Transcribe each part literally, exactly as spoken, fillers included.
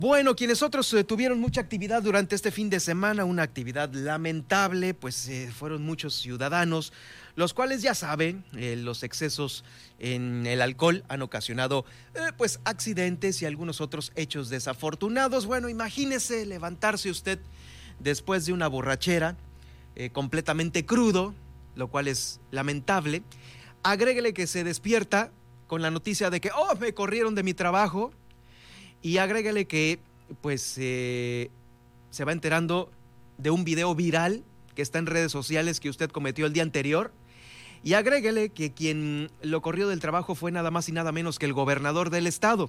Bueno, quienes otros eh, tuvieron mucha actividad durante este fin de semana, una actividad lamentable, pues eh, fueron muchos ciudadanos, los cuales ya saben, eh, los excesos en el alcohol han ocasionado eh, pues accidentes y algunos otros hechos desafortunados. Bueno, imagínese levantarse usted después de una borrachera, eh, completamente crudo, lo cual es lamentable. Agréguele que se despierta con la noticia de que, oh, me corrieron de mi trabajo. Y agréguele que pues eh, se va enterando de un video viral que está en redes sociales que usted cometió el día anterior. Y agréguele que quien lo corrió del trabajo fue nada más y nada menos que el gobernador del estado.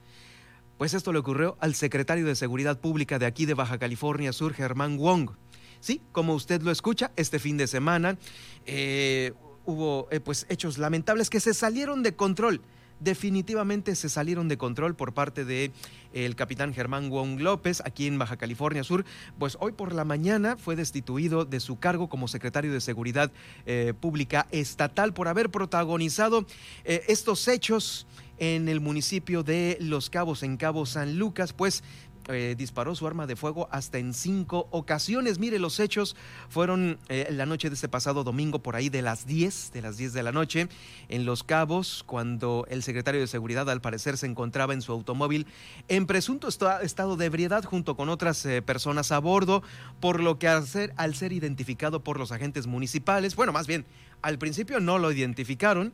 Pues esto le ocurrió al secretario de Seguridad Pública de aquí de Baja California Sur, Germán Wong. Sí, como usted lo escucha, este fin de semana eh, hubo eh, pues hechos lamentables que se salieron de control. Definitivamente se salieron de control por parte de el capitán Germán Wong López, aquí en Baja California Sur. Pues hoy por la mañana fue destituido de su cargo como secretario de Seguridad eh, Pública Estatal por haber protagonizado eh, estos hechos en el municipio de Los Cabos, en Cabo San Lucas. Pues Eh, disparó su arma de fuego hasta en cinco ocasiones. Mire, los hechos fueron eh, la noche de este pasado domingo, por ahí de las diez, de las diez de la noche, en Los Cabos, cuando el secretario de Seguridad al parecer se encontraba en su automóvil en presunto est- estado de ebriedad junto con otras eh, personas a bordo, por lo que al ser, al ser identificado por los agentes municipales, bueno, más bien, al principio no lo identificaron,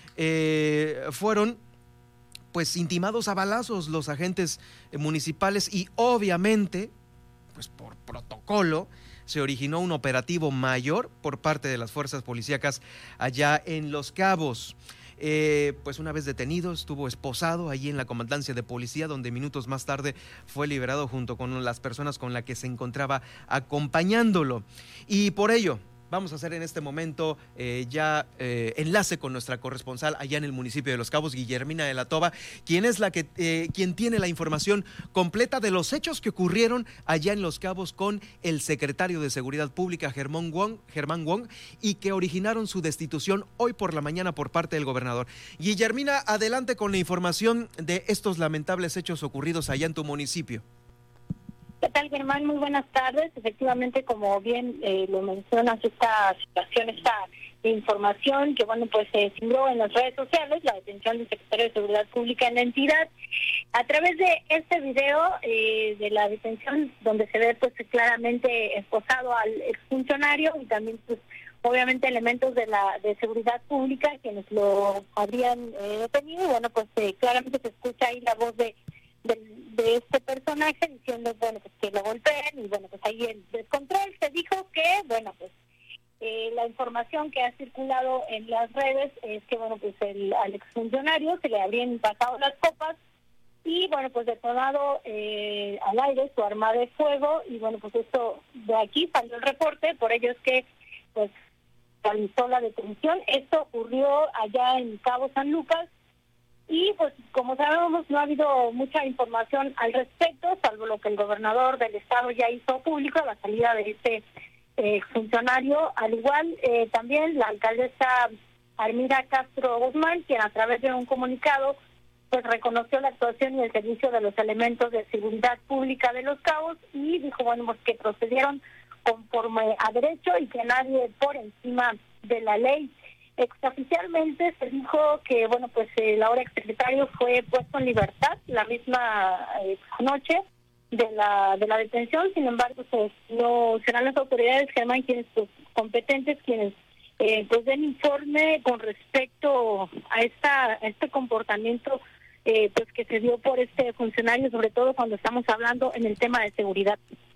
eh, fueron pues intimados a balazos los agentes municipales y obviamente, pues por protocolo, se originó un operativo mayor por parte de las fuerzas policíacas allá en Los Cabos. Eh, pues una vez detenido, estuvo esposado allí en la comandancia de policía, donde minutos más tarde fue liberado junto con las personas con las que se encontraba acompañándolo. Y por ello, vamos a hacer en este momento eh, ya eh, enlace con nuestra corresponsal allá en el municipio de Los Cabos, Guillermina de la Toba, quien es la que eh, quien tiene la información completa de los hechos que ocurrieron allá en Los Cabos con el secretario de Seguridad Pública, Germán Wong, Germán Wong, y que originaron su destitución hoy por la mañana por parte del gobernador. Guillermina, adelante con la información de estos lamentables hechos ocurridos allá en tu municipio. ¿Qué tal, Germán? Muy buenas tardes. Efectivamente, como bien eh, lo mencionas, esta situación, esta información que, bueno, pues se cimbró en las redes sociales, la detención del secretario de Seguridad Pública en la entidad. A través de este video eh, de la detención, donde se ve pues claramente esposado al exfuncionario y también pues obviamente elementos de la de seguridad pública quienes lo habrían eh, detenido, y bueno, pues eh, claramente se escucha ahí la voz de De, de este personaje diciendo, bueno, pues que lo golpeen, y bueno, pues ahí el descontrol. Se dijo que, bueno, pues eh, la información que ha circulado en las redes es que, bueno, pues el, al exfuncionario se le habrían pasado las copas y, bueno, pues detonado eh, al aire su arma de fuego, y bueno, pues esto de aquí salió el reporte, por ello es que, pues, realizó la detención. Esto ocurrió allá en Cabo San Lucas. Y pues como sabemos no ha habido mucha información al respecto, salvo lo que el gobernador del estado ya hizo público, la salida de este eh, funcionario. Al igual eh, también la alcaldesa Armida Castro Guzmán, quien a través de un comunicado pues reconoció la actuación y el servicio de los elementos de seguridad pública de Los Cabos y dijo, bueno, pues que procedieron conforme a derecho y que nadie por encima de la ley. Extraoficialmente se dijo que, bueno, pues el ahora exsecretario fue puesto en libertad la misma eh, noche de la de la detención. Sin embargo, pues no serán las autoridades, Germán, quienes pues, competentes, quienes eh, pues den informe con respecto a esta a este comportamiento eh, pues que se dio por este funcionario, sobre todo cuando estamos hablando en el tema de seguridad.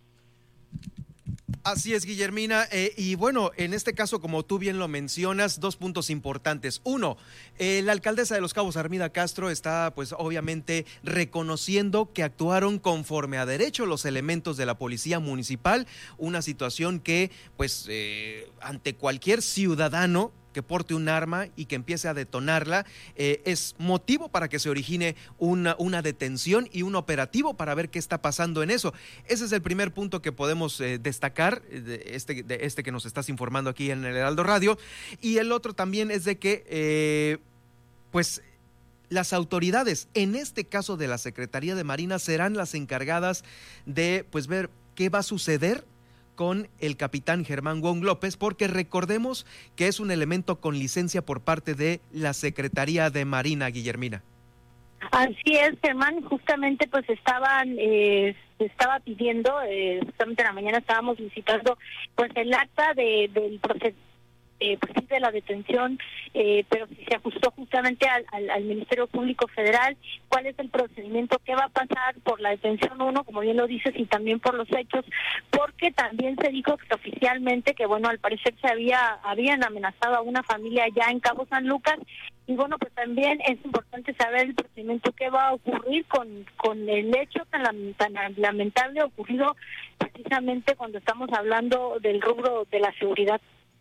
Así es, Guillermina, eh, y bueno, en este caso, como tú bien lo mencionas, dos puntos importantes. Uno, eh, la alcaldesa de Los Cabos, Armida Castro, está pues obviamente reconociendo que actuaron conforme a derecho los elementos de la policía municipal, una situación que pues eh, ante cualquier ciudadano que porte un arma y que empiece a detonarla, eh, es motivo para que se origine una, una detención y un operativo para ver qué está pasando en eso. Ese es el primer punto que podemos eh, destacar, de este, de este que nos estás informando aquí en el Heraldo Radio. Y el otro también es de que, eh, pues, las autoridades, en este caso de la Secretaría de Marina, serán las encargadas de pues ver qué va a suceder con el capitán Germán Wong López, porque recordemos que es un elemento con licencia por parte de la Secretaría de Marina, Guillermina. Así es, Germán, justamente pues estaban, eh, estaba pidiendo, eh, justamente en la mañana estábamos visitando pues el acta de, del proceso. Eh, pues sí, de la detención, eh, pero si se ajustó justamente al, al, al Ministerio Público Federal, cuál es el procedimiento, qué va a pasar por la detención uno, como bien lo dices, y también por los hechos, porque también se dijo oficialmente que, bueno, al parecer se había habían amenazado a una familia ya en Cabo San Lucas, y bueno, pues también es importante saber el procedimiento, qué va a ocurrir con, con el hecho tan, tan lamentable ocurrido precisamente cuando estamos hablando del rubro de la seguridad.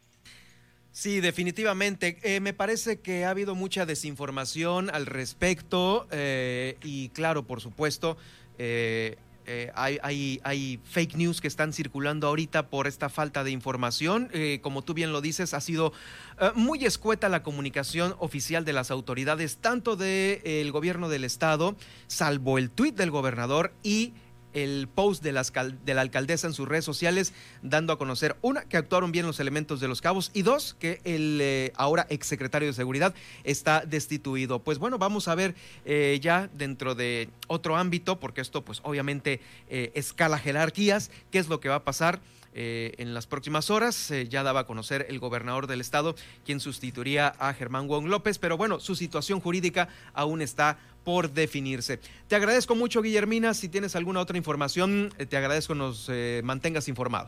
Sí, definitivamente. Eh, me parece que ha habido mucha desinformación al respecto eh, y claro, por supuesto, eh, eh, hay, hay, hay fake news que están circulando ahorita por esta falta de información. Eh, como tú bien lo dices, ha sido eh, muy escueta la comunicación oficial de las autoridades, tanto del eh, gobierno del estado, salvo el tuit del gobernador y el post de la, de la alcaldesa en sus redes sociales, dando a conocer, una, que actuaron bien los elementos de Los Cabos, y dos, que el eh, ahora exsecretario de Seguridad está destituido. Pues bueno, vamos a ver eh, ya dentro de otro ámbito, porque esto pues obviamente eh, escala jerarquías, qué es lo que va a pasar Eh, en las próximas horas. Eh, ya daba a conocer el gobernador del estado quien sustituiría a Germán Wong López, pero bueno, su situación jurídica aún está por definirse. Te agradezco mucho, Guillermina. Si tienes alguna otra información, eh, te agradezco nos eh, mantengas informado.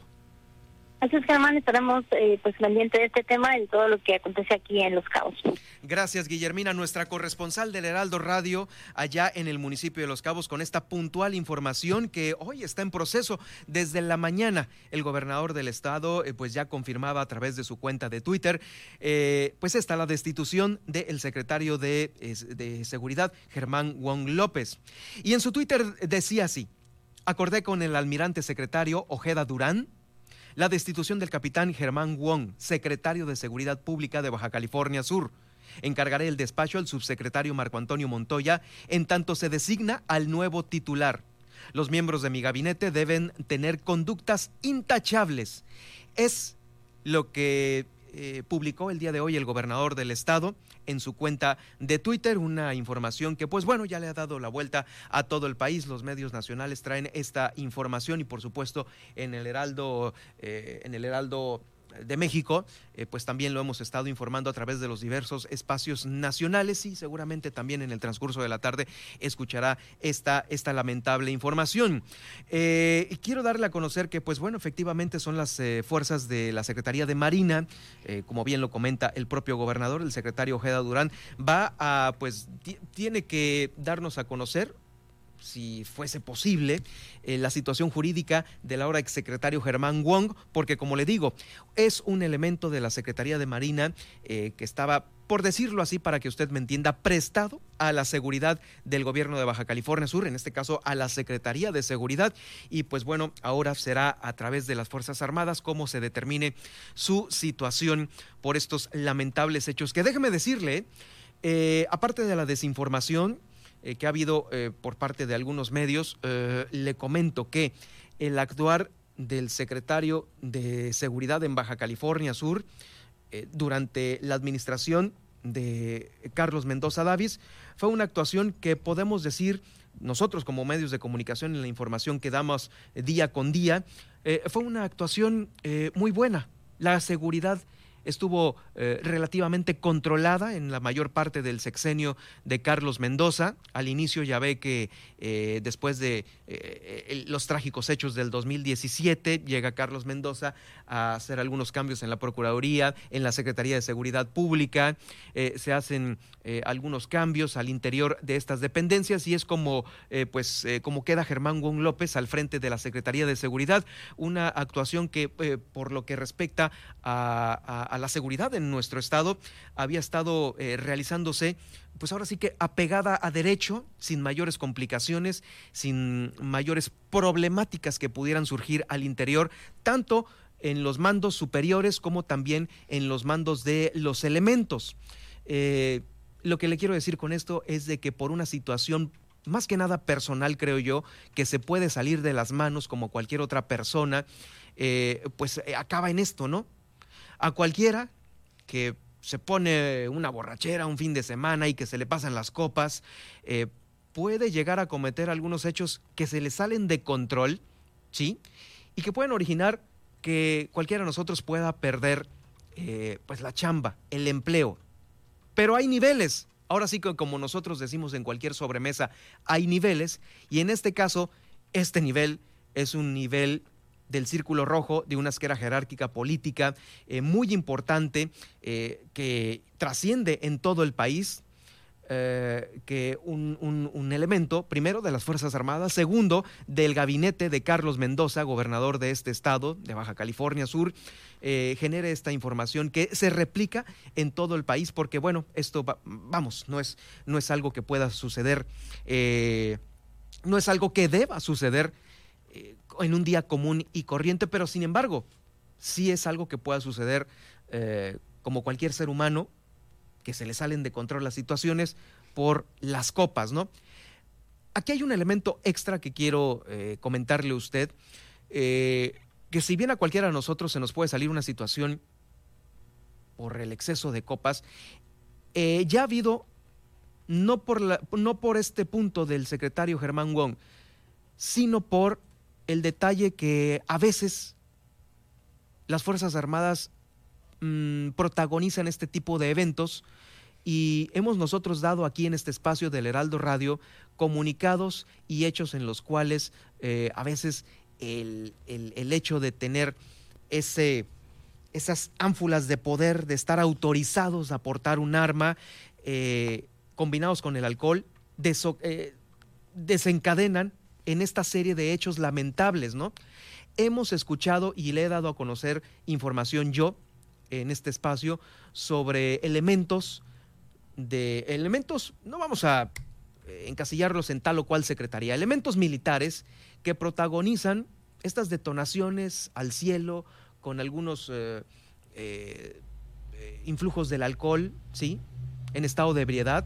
Así es, Germán, estaremos eh, pues pendiente de este tema y todo lo que acontece aquí en Los Cabos. Gracias, Guillermina, nuestra corresponsal del Heraldo Radio allá en el municipio de Los Cabos, con esta puntual información que hoy está en proceso. Desde la mañana el gobernador del estado eh, pues ya confirmaba a través de su cuenta de Twitter eh, pues está la destitución del secretario de, de Seguridad, Germán Wong López. Y en su Twitter decía así: acordé con el almirante secretario Ojeda Durán la destitución del capitán Germán Wong, secretario de Seguridad Pública de Baja California Sur. Encargaré el despacho al subsecretario Marco Antonio Montoya en tanto se designa al nuevo titular. Los miembros de mi gabinete deben tener conductas intachables. Es lo que eh, publicó el día de hoy el gobernador del estado en su cuenta de Twitter, una información que pues bueno ya le ha dado la vuelta a todo el país. Los medios nacionales traen esta información y por supuesto en el Heraldo, eh, en el Heraldo de México, eh, pues también lo hemos estado informando a través de los diversos espacios nacionales y seguramente también en el transcurso de la tarde escuchará esta, esta lamentable información. Eh, y quiero darle a conocer que, pues bueno, efectivamente son las eh, fuerzas de la Secretaría de Marina, eh, como bien lo comenta el propio gobernador, el secretario Ojeda Durán, va a, pues, tiene que darnos a conocer, si fuese posible, eh, la situación jurídica del ahora exsecretario Germán Wong, porque como le digo, es un elemento de la Secretaría de Marina eh, que estaba, por decirlo así, para que usted me entienda, prestado a la seguridad del gobierno de Baja California Sur, en este caso a la Secretaría de Seguridad, y pues bueno, ahora será a través de las Fuerzas Armadas cómo se determine su situación por estos lamentables hechos, que déjeme decirle, eh, aparte de la desinformación Eh, que ha habido eh, por parte de algunos medios, eh, le comento que el actuar del secretario de Seguridad en Baja California Sur eh, durante la administración de Carlos Mendoza Davis fue una actuación que podemos decir nosotros como medios de comunicación en la información que damos día con día, eh, fue una actuación eh, muy buena. La seguridad estuvo eh, relativamente controlada en la mayor parte del sexenio de Carlos Mendoza. Al inicio ya ve que eh, después de eh, los trágicos hechos del dos mil diecisiete llega Carlos Mendoza a hacer algunos cambios en la Procuraduría, en la Secretaría de Seguridad Pública, eh, se hacen eh, algunos cambios al interior de estas dependencias y es como, eh, pues, eh, como queda Germán Wong López al frente de la Secretaría de Seguridad, una actuación que eh, por lo que respecta a, a a la seguridad en nuestro estado había estado eh, realizándose, pues ahora sí que apegada a derecho, sin mayores complicaciones, sin mayores problemáticas que pudieran surgir al interior, tanto en los mandos superiores como también en los mandos de los elementos. Eh, lo que le quiero decir con esto es de que por una situación más que nada personal, creo yo, que se puede salir de las manos como cualquier otra persona, eh, pues eh, acaba en esto, ¿no? A cualquiera que se pone una borrachera un fin de semana y que se le pasan las copas, eh, puede llegar a cometer algunos hechos que se le salen de control, ¿sí? Y que pueden originar que cualquiera de nosotros pueda perder eh, pues la chamba, el empleo. Pero hay niveles. Ahora sí que, como nosotros decimos en cualquier sobremesa, hay niveles, y en este caso, este nivel es un nivel del círculo rojo, de una esfera jerárquica política eh, muy importante, eh, que trasciende en todo el país, eh, que un, un, un elemento, primero, de las Fuerzas Armadas, segundo, del gabinete de Carlos Mendoza, gobernador de este estado, de Baja California Sur, eh, genere esta información que se replica en todo el país, porque bueno, esto, va, vamos, no es, no es algo que pueda suceder, eh, no es algo que deba suceder eh, en un día común y corriente, pero sin embargo, sí es algo que pueda suceder eh, como cualquier ser humano, que se le salen de control las situaciones por las copas, ¿no? Aquí hay un elemento extra que quiero eh, comentarle a usted, eh, que si bien a cualquiera de nosotros se nos puede salir una situación por el exceso de copas, eh, ya ha habido, no por, la, no por este punto del secretario Germán Wong, sino por el detalle que a veces las Fuerzas Armadas mmm, protagonizan este tipo de eventos, y hemos nosotros dado aquí en este espacio del Heraldo Radio comunicados y hechos en los cuales eh, a veces el, el, el hecho de tener ese, esas ánfulas de poder, de estar autorizados a portar un arma, eh, combinados con el alcohol, deso, eh, desencadenan en esta serie de hechos lamentables, ¿no? Hemos escuchado y le he dado a conocer información yo en este espacio sobre elementos de elementos, no vamos a encasillarlos en tal o cual secretaría, elementos militares que protagonizan estas detonaciones al cielo con algunos eh, eh, influjos del alcohol, ¿sí? En estado de ebriedad,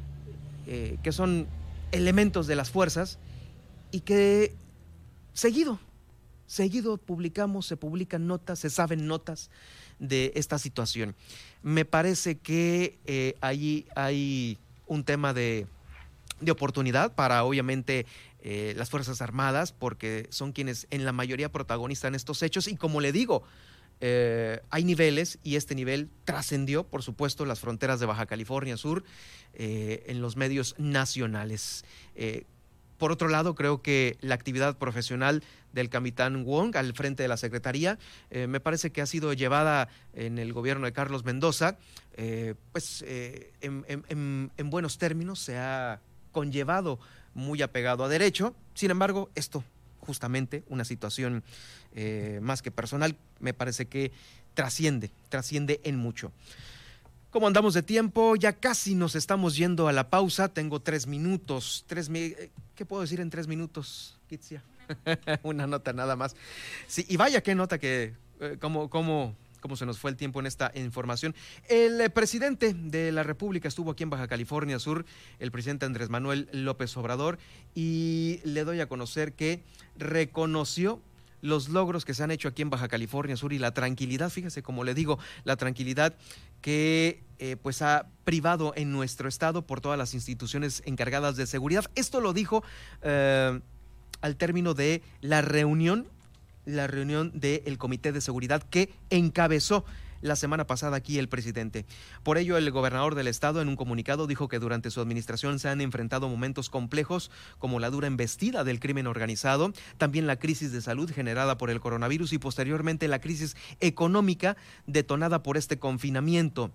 eh, que son elementos de las fuerzas y que seguido, seguido publicamos, se publican notas, se saben notas de esta situación. Me parece que eh, allí hay un tema de, de oportunidad para, obviamente, eh, las Fuerzas Armadas, porque son quienes en la mayoría protagonizan estos hechos, y como le digo, eh, hay niveles, y este nivel trascendió, por supuesto, las fronteras de Baja California Sur, eh, en los medios nacionales. Eh, Por otro lado, creo que la actividad profesional del capitán Wong al frente de la Secretaría, eh, me parece que ha sido llevada en el gobierno de Carlos Mendoza, eh, pues eh, en, en, en buenos términos, se ha conllevado muy apegado a derecho. Sin embargo, esto, justamente, una situación eh, más que personal, me parece que trasciende, trasciende en mucho. ¿Cómo andamos de tiempo? Ya casi nos estamos yendo a la pausa. Tengo tres minutos. Tres mi... ¿Qué puedo decir en tres minutos, Kitsia? Una, Una nota nada más. Sí, y vaya qué nota que... Eh, cómo, cómo, cómo se nos fue el tiempo en esta información. El eh, presidente de la República estuvo aquí en Baja California Sur, el presidente Andrés Manuel López Obrador, y le doy a conocer que reconoció los logros que se han hecho aquí en Baja California Sur y la tranquilidad, fíjese, como le digo, la tranquilidad que eh, pues ha privado en nuestro estado por todas las instituciones encargadas de seguridad. Esto lo dijo eh, al término de la reunión, la reunión del Comité de Seguridad que encabezó la semana pasada aquí el presidente. Por ello, el gobernador del estado en un comunicado dijo que durante su administración se han enfrentado momentos complejos como la dura embestida del crimen organizado, también la crisis de salud generada por el coronavirus y posteriormente la crisis económica detonada por este confinamiento.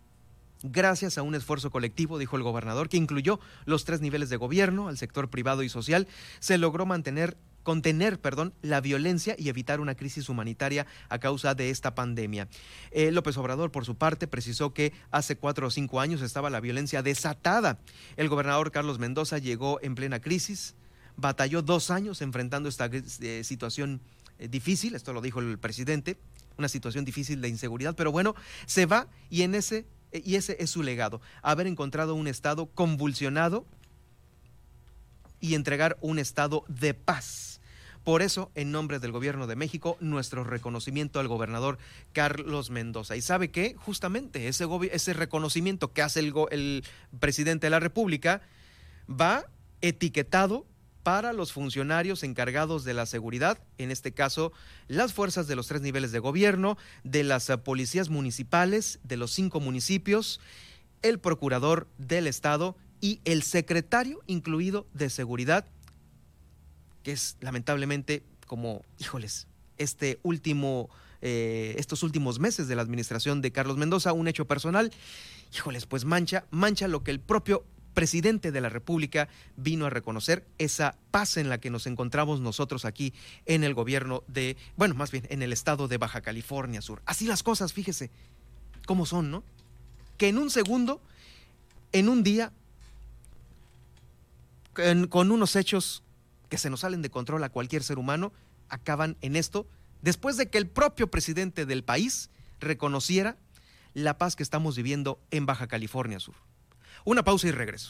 Gracias a un esfuerzo colectivo, dijo el gobernador, que incluyó los tres niveles de gobierno, al sector privado y social, se logró mantener contener, perdón, la violencia y evitar una crisis humanitaria a causa de esta pandemia. Eh, López Obrador, por su parte, precisó que hace cuatro o cinco años estaba la violencia desatada. El gobernador Carlos Mendoza llegó en plena crisis, batalló dos años enfrentando esta eh, situación eh, difícil, esto lo dijo el presidente, una situación difícil de inseguridad, pero bueno, se va y en ese y ese es su legado, haber encontrado un estado convulsionado y entregar un estado de paz. Por eso, en nombre del gobierno de México, nuestro reconocimiento al gobernador Carlos Mendoza. ¿Y sabe qué? Justamente ese, ese reconocimiento que hace el, el presidente de la República va etiquetado para los funcionarios encargados de la seguridad, en este caso las fuerzas de los tres niveles de gobierno, de las uh, policías municipales, de los cinco municipios, el procurador del estado y el secretario incluido de seguridad, que es lamentablemente como, híjoles, este último, eh, estos últimos meses de la administración de Carlos Mendoza, un hecho personal, híjoles, pues mancha, mancha lo que el propio presidente de la República vino a reconocer, esa paz en la que nos encontramos nosotros aquí en el gobierno de, bueno, más bien en el estado de Baja California Sur. Así las cosas, fíjese cómo son, ¿no? Que en un segundo, en un día, con, con unos hechos que se nos salen de control a cualquier ser humano, acaban en esto, después de que el propio presidente del país reconociera la paz que estamos viviendo en Baja California Sur. Una pausa y regreso.